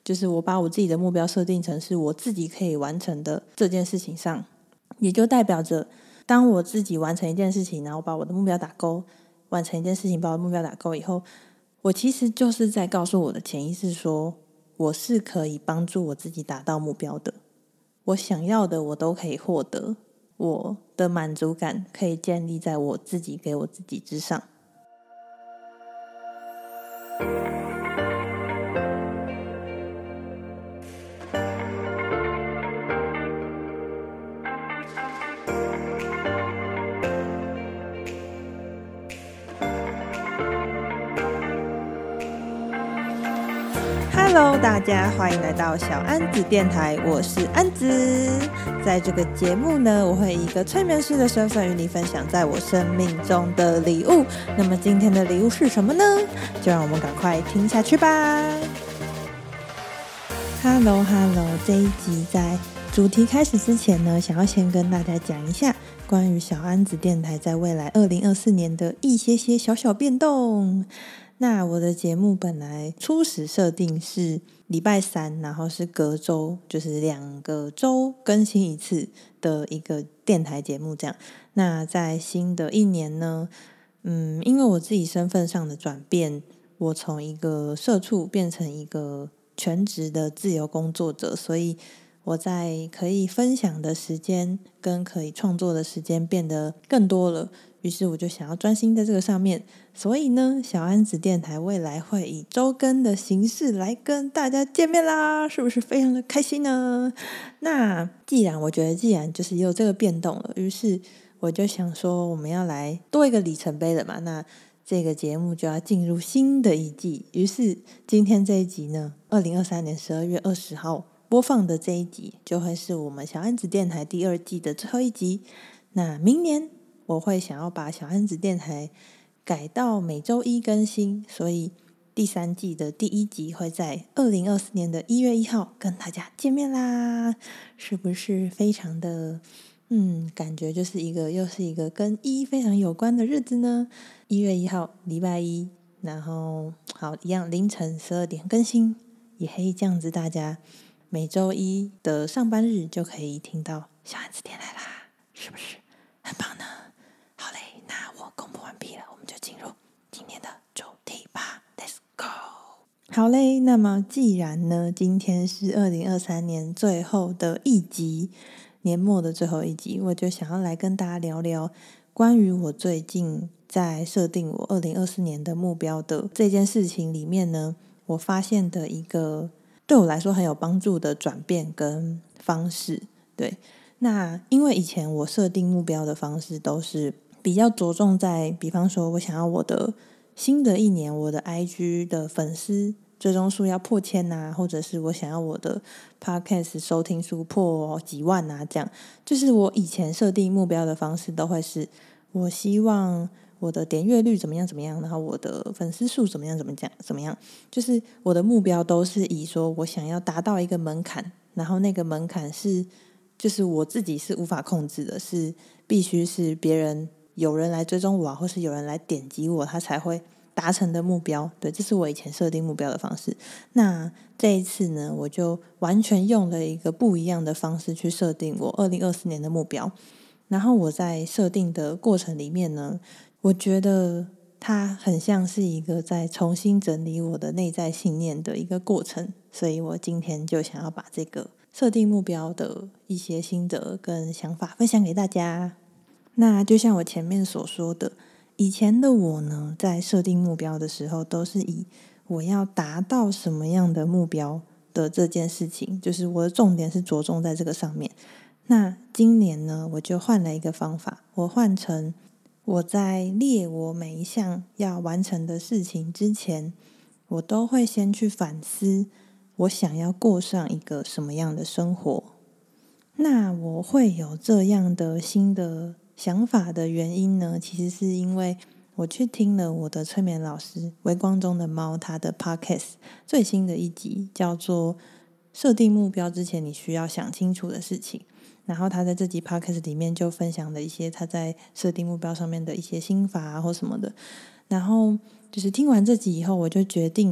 就是我把我自己的目标设定成是我自己可以完成的这件事情上，也就代表着当我自己完成一件事情，然后把我的目标打勾，完成一件事情把我的目标打勾以后，我其实就是在告诉我的潜意识说，我是可以帮助我自己达到目标的，我想要的我都可以获得，我的满足感可以建立在我自己给我自己之上。Hello， 大家欢迎来到小安子电台，我是安子。在这个节目呢，我会以一个催眠师的身份与你分享在我生命中的礼物。那么今天的礼物是什么呢？就让我们赶快听下去吧。Hello， 这一集在主题开始之前呢，想要先跟大家讲一下关于小安子电台在未来2024年的一些小变动。那我的节目本来初始设定是礼拜三，然后是隔周，就是2个周更新一次的一个电台节目这样。那在新的一年呢，因为我自己身份上的转变，我从一个社畜变成一个全职的自由工作者，所以我在可以分享的时间跟可以创作的时间变得更多了，于是我就想要专心在这个上面。所以呢，小安子电台未来会以周更的形式来跟大家见面啦，是不是非常的开心呢？那既然就是有这个变动了，于是我就想说我们要来多一个里程碑了嘛，那这个节目就要进入新的一季。于是今天这一集呢，2023年12月20号播放的这一集就会是我们小安子电台第2季的最后一集。那明年我会想要把小安子电台改到每周一更新，所以第3季的第1集会在2024年的1月1号跟大家见面啦，是不是非常的感觉就是又是一个跟1非常有关的日子呢？1月1号礼拜一，然后好一样凌晨12点更新，也可以这样子大家每周一的上班日就可以听到小安子电台啦，是不是很棒呢？好嘞，那我公布完毕了，我们就进入今天的主题吧 ，Let's go。好嘞，那么既然呢，今天是2023年最后的一集，年末的最后一集，我就想要来跟大家聊聊关于我最近在设定我2024年的目标的这件事情里面呢，我发现的一个对我来说很有帮助的转变跟方式。对，那因为以前我设定目标的方式都是比较着重在，比方说我想要我的新的一年我的 IG 的粉丝追踪数要破1000啊，或者是我想要我的 Podcast 收听数破几万啊，这样就是我以前设定目标的方式都会是我希望我的点阅率怎么样，然后我的粉丝数怎么样，就是我的目标都是以说我想要达到一个门槛，然后那个门槛是就是我自己是无法控制的，是必须是别人有人来追踪我或是有人来点击我，他才会达成的目标。对，这是我以前设定目标的方式。那这一次呢，我就完全用了一个不一样的方式去设定我2024年的目标。然后我在设定的过程里面呢，我觉得它很像是一个在重新整理我的内在信念的一个过程，所以我今天就想要把这个设定目标的一些心得跟想法分享给大家。那就像我前面所说的，以前的我呢，在设定目标的时候都是以我要达到什么样的目标的这件事情，就是我的重点是着重在这个上面。那今年呢，我就换了一个方法，我换成我在列我每一项要完成的事情之前，我都会先去反思我想要过上一个什么样的生活。那我会有这样的新的想法的原因呢，其实是因为我去听了我的催眠老师微光中的猫他的 podcast 最新的一集，叫做设定目标之前你需要想清楚的事情。然后他在这集 podcast 里面就分享了一些他在设定目标上面的一些心法或什么的。然后就是听完这集以后，我就决定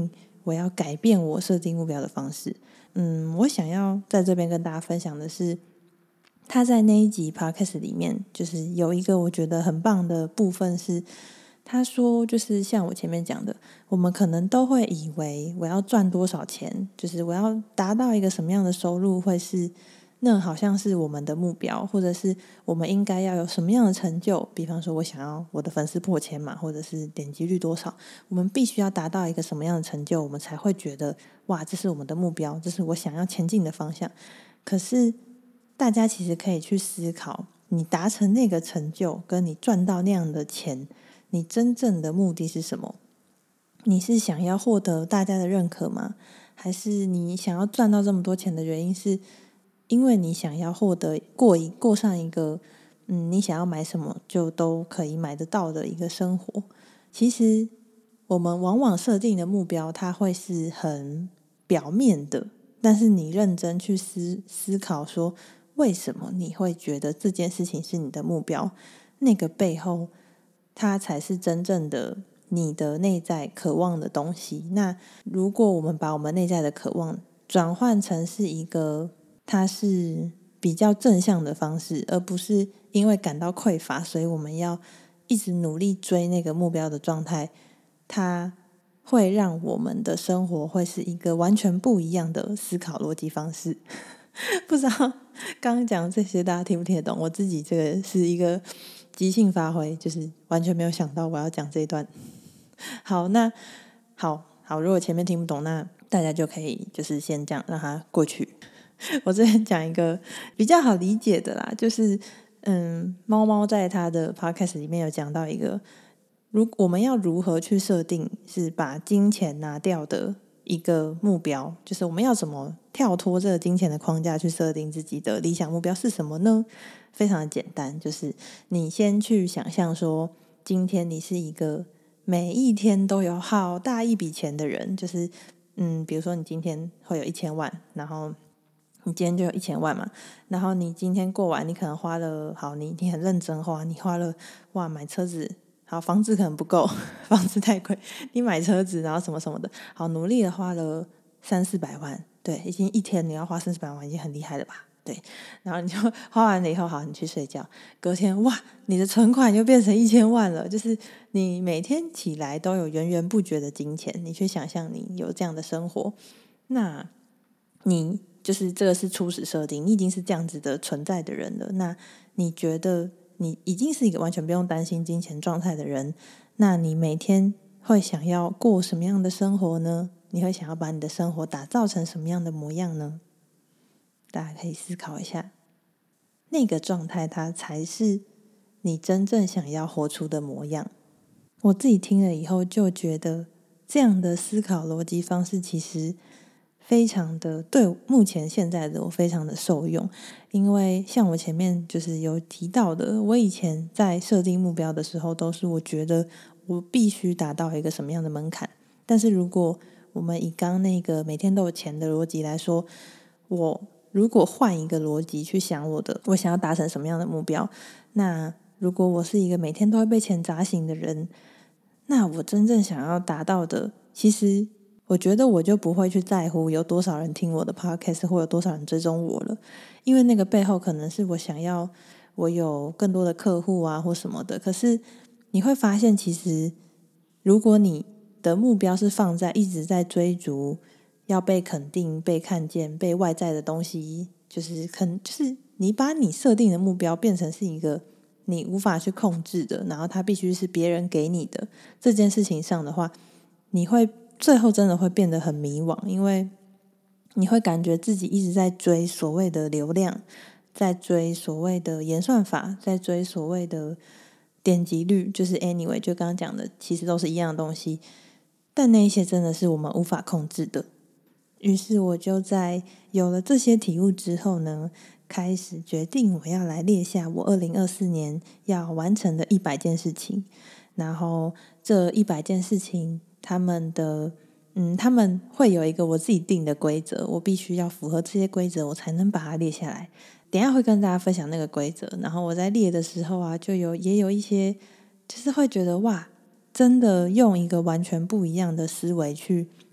我要改变我设定目标的方式。我想要在这边跟大家分享的是，他在那一集 podcast 里面就是有一个我觉得很棒的部分是，他说就是像我前面讲的，我们可能都会以为我要赚多少钱，就是我要达到一个什么样的收入会是那好像是我们的目标，或者是我们应该要有什么样的成就，比方说我想要我的粉丝破千嘛，或者是点击率多少，我们必须要达到一个什么样的成就，我们才会觉得哇，这是我们的目标，这是我想要前进的方向。可是大家其实可以去思考，你达成那个成就跟你赚到那样的钱，你真正的目的是什么？你是想要获得大家的认可吗？还是你想要赚到这么多钱的原因是因为你想要获得过上一个你想要买什么就都可以买得到的一个生活？其实我们往往设定的目标它会是很表面的，但是你认真去思考说为什么你会觉得这件事情是你的目标，那个背后它才是真正的你的内在渴望的东西。那如果我们把我们内在的渴望转换成是一个它是比较正向的方式，而不是因为感到匮乏所以我们要一直努力追那个目标的状态，它会让我们的生活会是一个完全不一样的思考逻辑方式。不知道刚刚讲这些大家听不听得懂？我自己这个是一个即兴发挥，就是完全没有想到我要讲这一段。好，那好，如果前面听不懂，那大家就可以就是先这样让它过去。我这边讲一个比较好理解的啦，就是猫猫在他的 podcast 里面有讲到一个，我们要如何去设定是把金钱拿掉的一个目标，就是我们要怎么跳脱这个金钱的框架去设定自己的理想目标是什么呢？非常的简单，就是你先去想象说，今天你是一个每一天都有好大一笔钱的人，就是比如说你今天会有1000万，然后你今天就有1000万嘛，然后你今天过完，你可能花了你很认真花，你花了买车子，好，房子可能不够，房子太贵，你买车子，然后什么什么的，好，努力的花了300-400万，对，已经一天你要花300-400万已经很厉害了吧？对，然后你就花完了以后，好，你去睡觉，隔天哇，你的存款就变成1000万了，就是你每天起来都有源源不绝的金钱，你去想象你有这样的生活，那你就是这个是初始设定，你已经是这样子的存在的人了，那你觉得你已经是一个完全不用担心金钱状态的人，那你每天会想要过什么样的生活呢？你会想要把你的生活打造成什么样的模样呢？大家可以思考一下，那个状态它才是你真正想要活出的模样。我自己听了以后就觉得这样的思考逻辑方式其实非常的对目前现在的我非常的受用，因为像我前面就是有提到的，我以前在设定目标的时候都是我觉得我必须达到一个什么样的门槛，但是如果我们以刚那个每天都有钱的逻辑来说，我如果换一个逻辑去想我想要达成什么样的目标，那如果我是一个每天都会被钱砸醒的人，那我真正想要达到的，其实我觉得我就不会去在乎有多少人听我的 podcast 或有多少人追踪我了，因为那个背后可能是我想要我有更多的客户啊或什么的。可是你会发现，其实如果你的目标是放在一直在追逐要被肯定、被看见、被外在的东西，就是你把你设定的目标变成是一个你无法去控制的，然后它必须是别人给你的这件事情上的话，你会最后真的会变得很迷惘，因为你会感觉自己一直在追所谓的流量，在追所谓的演算法，在追所谓的点击率，就是 anyway 就刚刚讲的其实都是一样的东西，但那一些真的是我们无法控制的。于是我就在有了这些体悟之后呢，开始决定我要来列下我2024年要完成的100件事情，然后这100件事情他们会有一个我自己定的规则，我必须要符合这些规则我才能把它列下来。等一下会跟大家分享那个规则，然后我在列的时候啊，也有一些就是会觉得哇，真的用一个完全不一样的思维去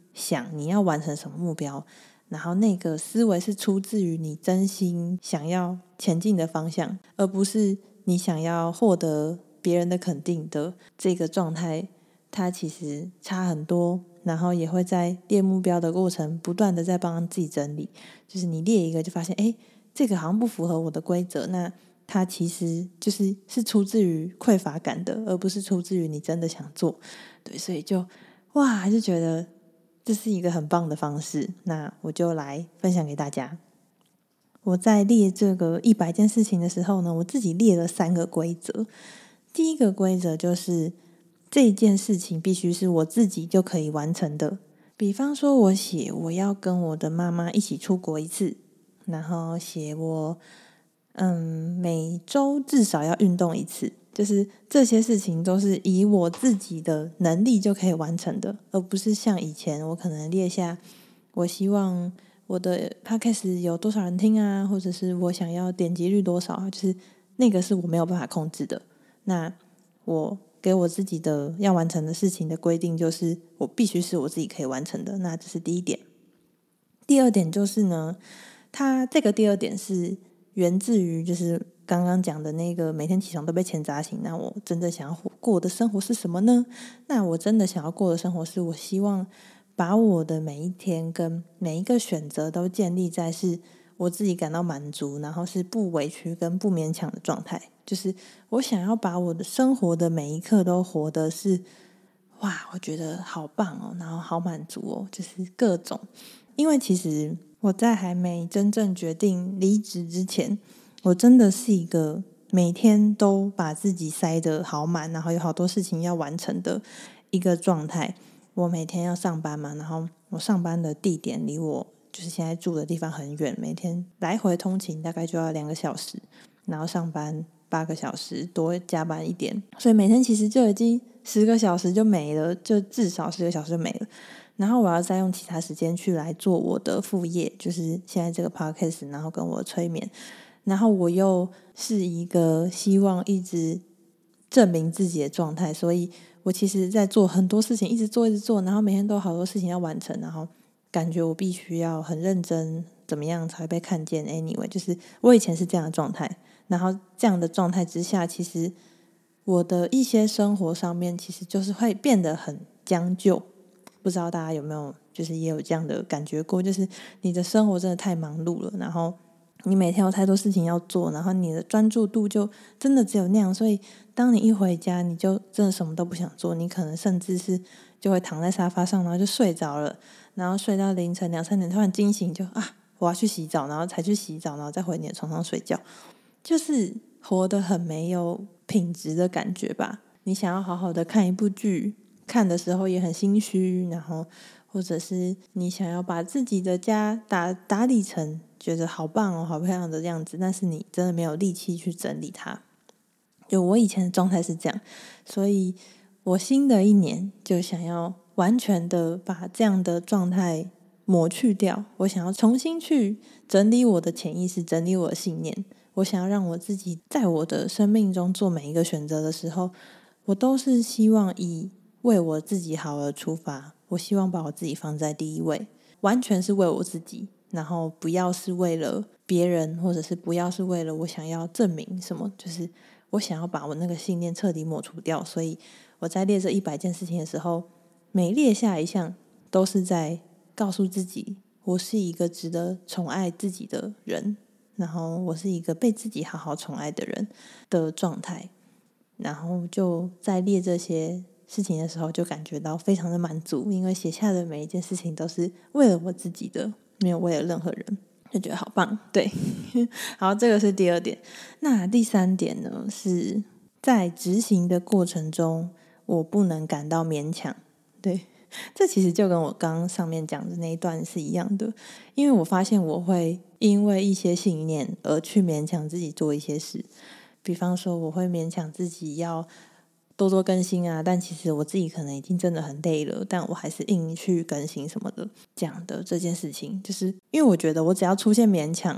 想你要完成什么目标，然后那个思维是出自于你真心想要前进的方向，而不是你想要获得别人的肯定的这个状态，它其实差很多。然后也会在列目标的过程不断的在帮自己整理，就是你列一个就发现这个好像不符合我的规则，那它其实是出自于匮乏感的，而不是出自于你真的想做。对，所以就觉得这是一个很棒的方式，那我就来分享给大家。我在列这个100件事情的时候呢，我自己列了3个规则。第一个规则就是这件事情必须是我自己就可以完成的。比方说我写我要跟我的妈妈一起出国1次，然后写我每周至少要运动1次，就是这些事情都是以我自己的能力就可以完成的，而不是像以前我可能列下我希望我的 podcast 有多少人听啊，或者是我想要点击率多少，就是那个是我没有办法控制的。那我给我自己的要完成的事情的规定就是我必须是我自己可以完成的，那这是第一点。第二点就是呢，这个第二点是源自于就是刚刚讲的那个每天起床都被钱砸醒，那我真的想要过的生活是什么呢？那我真的想要过的生活是我希望把我的每一天跟每一个选择都建立在是我自己感到满足，然后是不委屈跟不勉强的状态。就是我想要把我的生活的每一刻都活得是我觉得好棒哦，然后好满足哦，就是各种。因为其实我在还没真正决定离职之前，我真的是一个每天都把自己塞得好满，然后有好多事情要完成的一个状态。我每天要上班嘛，然后我上班的地点离我就是现在住的地方很远，每天来回通勤大概就要2个小时，然后上班8个小时多加班1点，所以每天其实就已经10个小时就没了，就至少10个小时就没了。然后我要再用其他时间去来做我的副业，就是现在这个 podcast， 然后跟我催眠。然后我又是一个希望一直证明自己的状态，所以我其实在做很多事情，一直做，然后每天都有好多事情要完成，然后感觉我必须要很认真，怎么样才会被看见。 anyway， 就是我以前是这样的状态，然后这样的状态之下，其实我的一些生活上面其实就是会变得很将就。不知道大家有没有就是也有这样的感觉过，就是你的生活真的太忙碌了，然后你每天有太多事情要做，然后你的专注度就真的只有那样，所以当你一回家你就真的什么都不想做，你可能甚至是就会躺在沙发上，然后就睡着了，然后睡到凌晨2、3点突然惊醒，就我要去洗澡，然后才去洗澡，然后再回你的床上睡觉，就是活得很没有品质的感觉吧。你想要好好的看一部剧，看的时候也很心虚，然后或者是你想要把自己的家打理成觉得好棒哦好漂亮的样子，但是你真的没有力气去整理它。就我以前的状态是这样，所以我新的一年就想要完全的把这样的状态抹去掉，我想要重新去整理我的潜意识，整理我的信念，我想要让我自己在我的生命中做每一个选择的时候，我都是希望以为我自己好而出发，我希望把我自己放在第一位，完全是为我自己，然后不要是为了别人，或者是不要是为了我想要证明什么，就是我想要把我那个信念彻底抹除掉。所以我在列这100件事情的时候，每列下一项都是在告诉自己我是一个值得宠爱自己的人，然后我是一个被自己好好宠爱的人的状态。然后就在列这些事情的时候就感觉到非常的满足，因为写下的每一件事情都是为了我自己的，没有为了任何人，就觉得好棒。对好，这个是第2点。那第3点呢，是在执行的过程中我不能感到勉强。对，这其实就跟我刚刚上面讲的那一段是一样的，因为我发现我会因为一些信念而去勉强自己做一些事。比方说我会勉强自己要多多更新啊，但其实我自己可能已经真的很累了，但我还是硬去更新什么的。讲的这件事情就是因为我觉得我只要出现勉强，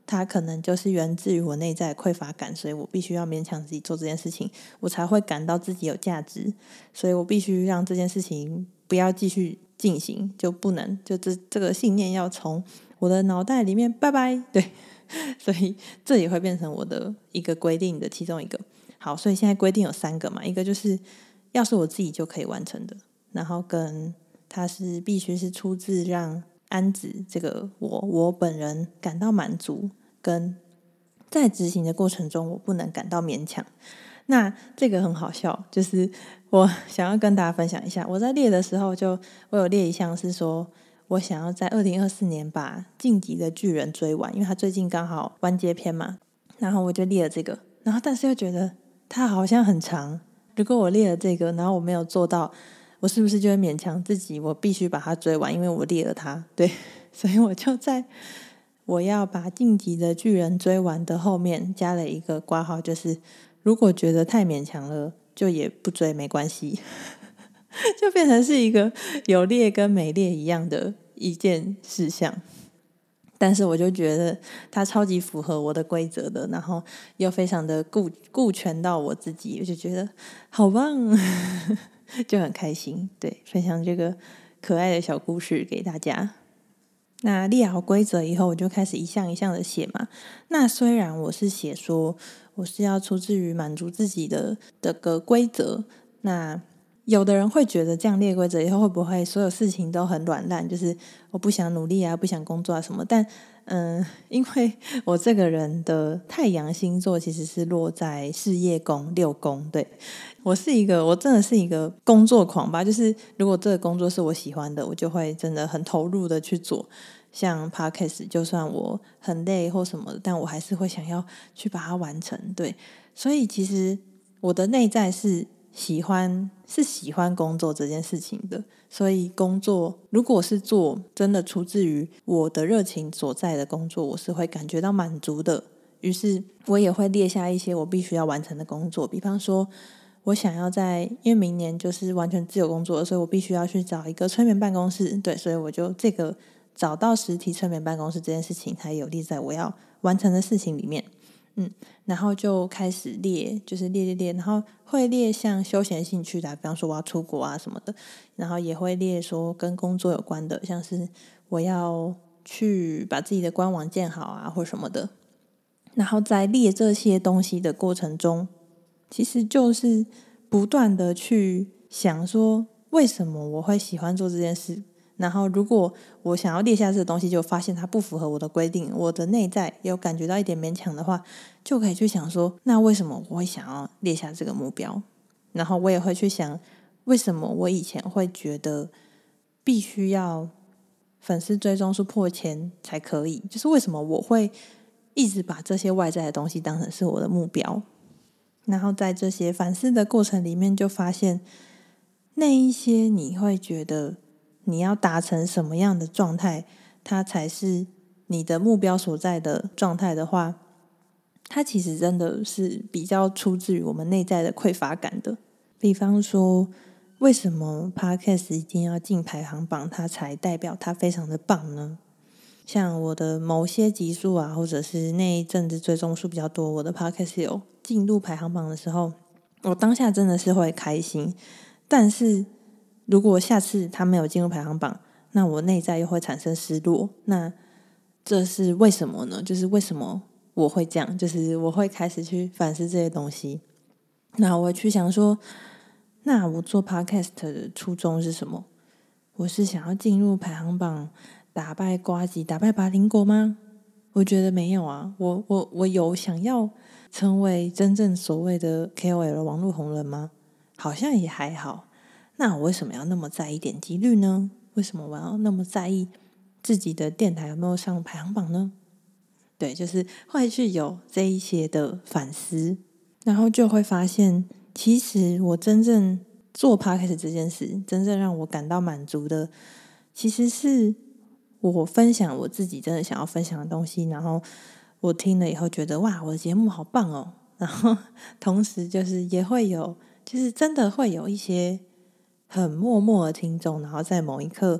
它可能就是源自于我内在的匮乏感，所以我必须要勉强自己做这件事情，我才会感到自己有价值，所以我必须让这件事情不要继续进行，就不能就这个信念要从我的脑袋里面拜拜。对，所以这也会变成我的一个规定的其中一个。好，所以现在规定有3个嘛，一个就是要是我自己就可以完成的，然后跟它是必须是出自让安子这个我本人感到满足，跟在执行的过程中我不能感到勉强。那这个很好笑，就是我想要跟大家分享一下，我在列的时候我有列一项是说我想要在2024年把晋级的巨人追完，因为他最近刚好完结篇嘛，然后我就列了这个，然后但是又觉得它好像很长，如果我列了这个然后我没有做到，我是不是就会勉强自己我必须把它追完，因为我列了它。对，所以我就在我要把晋级的巨人追完的后面加了一个括号，就是如果觉得太勉强了就也不追没关系就变成是一个有列跟没列一样的一件事项，但是我就觉得它超级符合我的规则的，然后又非常的顾全到我自己，我就觉得好棒就很开心。对，分享这个可爱的小故事给大家。那列好规则以后，我就开始一项一项的写嘛。那虽然我是写说我是要出自于满足自己的个规则，那有的人会觉得这样列规则以后会不会所有事情都很软烂，就是我不想努力啊，不想工作啊什么。但因为我这个人的太阳星座其实是落在事业宫6宫，对，我真的是一个工作狂吧，就是如果这个工作是我喜欢的，我就会真的很投入的去做。像 podcast 就算我很累或什么的，但我还是会想要去把它完成。对，所以其实我的内在是喜欢工作这件事情的，所以工作如果是做真的出自于我的热情所在的工作，我是会感觉到满足的。于是我也会列下一些我必须要完成的工作，比方说我想要因为明年就是完全自由工作，所以我必须要去找一个催眠办公室。对，所以我就这个找到实体催眠办公室这件事情才有列在我要完成的事情里面。然后就开始列，就是列，然后会列像休闲兴趣的，比方说我要出国啊什么的，然后也会列说跟工作有关的，像是我要去把自己的官网建好啊或什么的。然后在列这些东西的过程中，其实就是不断的去想说为什么我会喜欢做这件事，然后如果我想要列下这个东西就发现它不符合我的规定，我的内在有感觉到一点勉强的话，就可以去想说那为什么我会想要列下这个目标，然后我也会去想为什么我以前会觉得必须要粉丝追踪数破1000才可以，就是为什么我会一直把这些外在的东西当成是我的目标。然后在这些反思的过程里面就发现那一些你会觉得你要达成什么样的状态它才是你的目标所在的状态的话，它其实真的是比较出自于我们内在的匮乏感的。比方说为什么 Podcast 一定要进排行榜它才代表它非常的棒呢？像我的某些集数啊，或者是那一阵子追踪数比较多，我的 Podcast 有进入排行榜的时候，我当下真的是会开心。但是如果下次他没有进入排行榜，那我内在又会产生失落。那这是为什么呢？就是为什么我会这样？就是我会开始去反思这些东西。那我会去想说，那我做 Podcast 的初衷是什么？我是想要进入排行榜，打败呱吉，打败拔苹果吗？我觉得没有啊。我有想要成为真正所谓的 KOL 网络红人吗？好像也还好。那我为什么要那么在意点击率呢？为什么我要那么在意自己的电台有没有上排行榜呢？对，就是会去有这一些的反思，然后就会发现其实我真正做 podcast 这件事，真正让我感到满足的，其实是我分享我自己真的想要分享的东西，然后我听了以后觉得哇，我的节目好棒哦。然后同时就是也会有，就是真的会有一些很默默的听众，然后在某一刻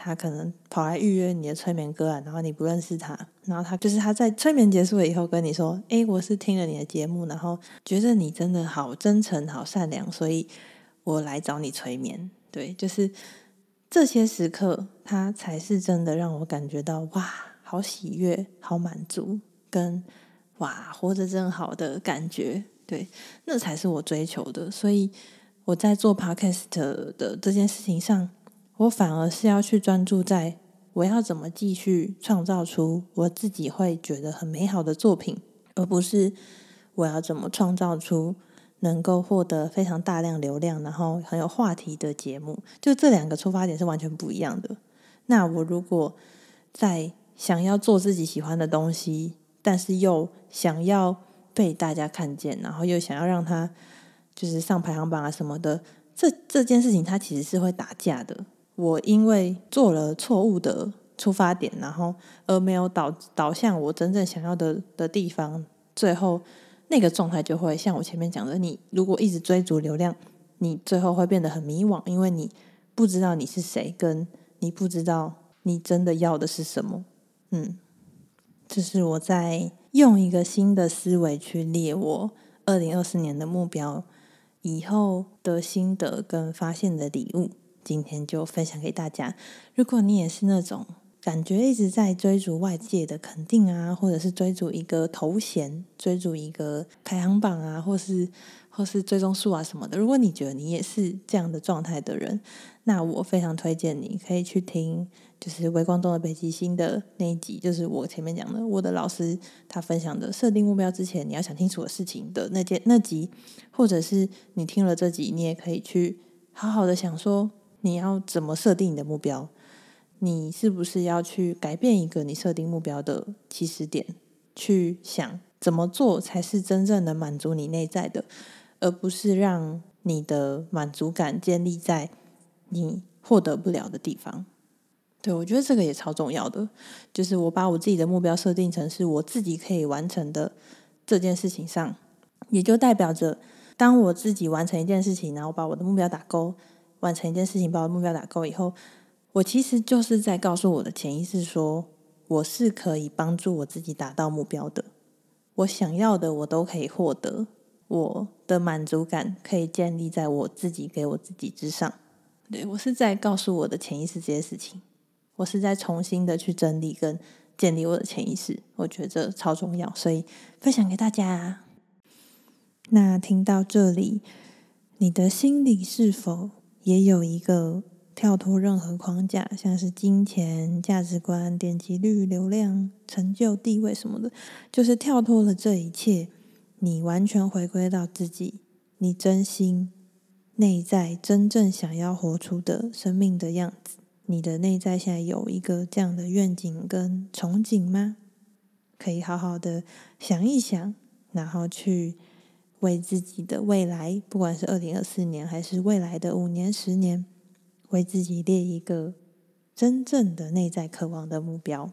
他可能跑来预约你的催眠个案，然后你不认识他，然后他在催眠结束了以后跟你说，我是听了你的节目，然后觉得你真的好真诚好善良，所以我来找你催眠。对，就是这些时刻它才是真的让我感觉到哇好喜悦好满足跟哇活着真好的感觉。对，那才是我追求的。所以我在做 podcast 的这件事情上，我反而是要去专注在我要怎么继续创造出我自己会觉得很美好的作品，而不是我要怎么创造出能够获得非常大量流量然后很有话题的节目。就这两个出发点是完全不一样的。那我如果在想要做自己喜欢的东西，但是又想要被大家看见，然后又想要让它就是上排行榜啊什么的，这件事情它其实是会打架的。我因为做了错误的出发点，然后而没有导向我真正想要的地方，最后那个状态就会像我前面讲的，你如果一直追逐流量，你最后会变得很迷惘，因为你不知道你是谁，跟你不知道你真的要的是什么。这是我在用一个新的思维去列我2024年的目标以后的心得跟发现的礼物，今天就分享给大家。如果你也是那种感觉一直在追逐外界的肯定啊，或者是追逐一个头衔，追逐一个排行榜啊，或是追踪数啊什么的，如果你觉得你也是这样的状态的人，那我非常推荐你可以去听就是微光中的北极星的那一集，就是我前面讲的我的老师他分享的设定目标之前你要想清楚的事情的那集，或者是你听了这集你也可以去好好的想说你要怎么设定你的目标，你是不是要去改变一个你设定目标的起始点，去想怎么做才是真正的满足你内在的，而不是让你的满足感建立在你获得不了的地方。对，我觉得这个也超重要的，就是我把我自己的目标设定成是我自己可以完成的这件事情上，也就代表着当我自己完成一件事情，然后把我的目标打勾，完成一件事情把我的目标打勾以后，我其实就是在告诉我的潜意识说，我是可以帮助我自己达到目标的，我想要的我都可以获得，我的满足感可以建立在我自己给我自己之上。对，我是在告诉我的潜意识这些事情，我是在重新的去整理跟建立我的潜意识，我觉得这超重要，所以分享给大家。那听到这里，你的心里是否也有一个跳脱任何框架，像是金钱、价值观、点击率、流量、成就、地位什么的，就是跳脱了这一切，你完全回归到自己，你真心内在真正想要活出的生命的样子，你的内在现在有一个这样的愿景跟憧憬吗？可以好好的想一想，然后去为自己的未来，不管是2024年还是未来的5年10年，为自己列一个真正的内在渴望的目标。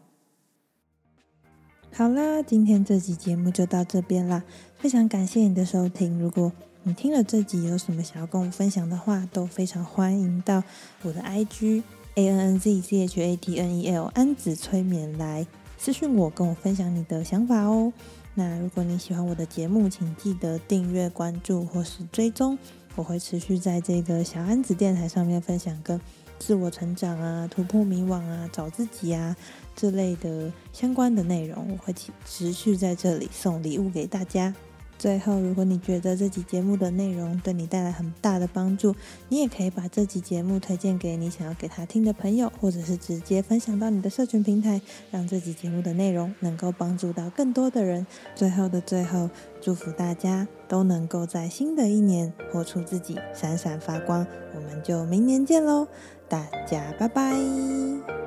好啦，今天这集节目就到这边啦，非常感谢你的收听。如果你听了这集有什么想要跟我分享的话，都非常欢迎到我的 IG ANNZCHATNEL 安子催眠来私讯我，跟我分享你的想法哦。那如果你喜欢我的节目，请记得订阅、关注或是追踪，我会持续在这个小安子电台上面分享跟自我成长啊、突破迷惘啊、找自己啊这类的相关的内容，我会持续在这里送礼物给大家。最后，如果你觉得这集节目的内容对你带来很大的帮助，你也可以把这集节目推荐给你想要给他听的朋友，或者是直接分享到你的社群平台，让这集节目的内容能够帮助到更多的人。最后的最后，祝福大家都能够在新的一年活出自己，闪闪发光。我们就明年见咯，大家拜拜。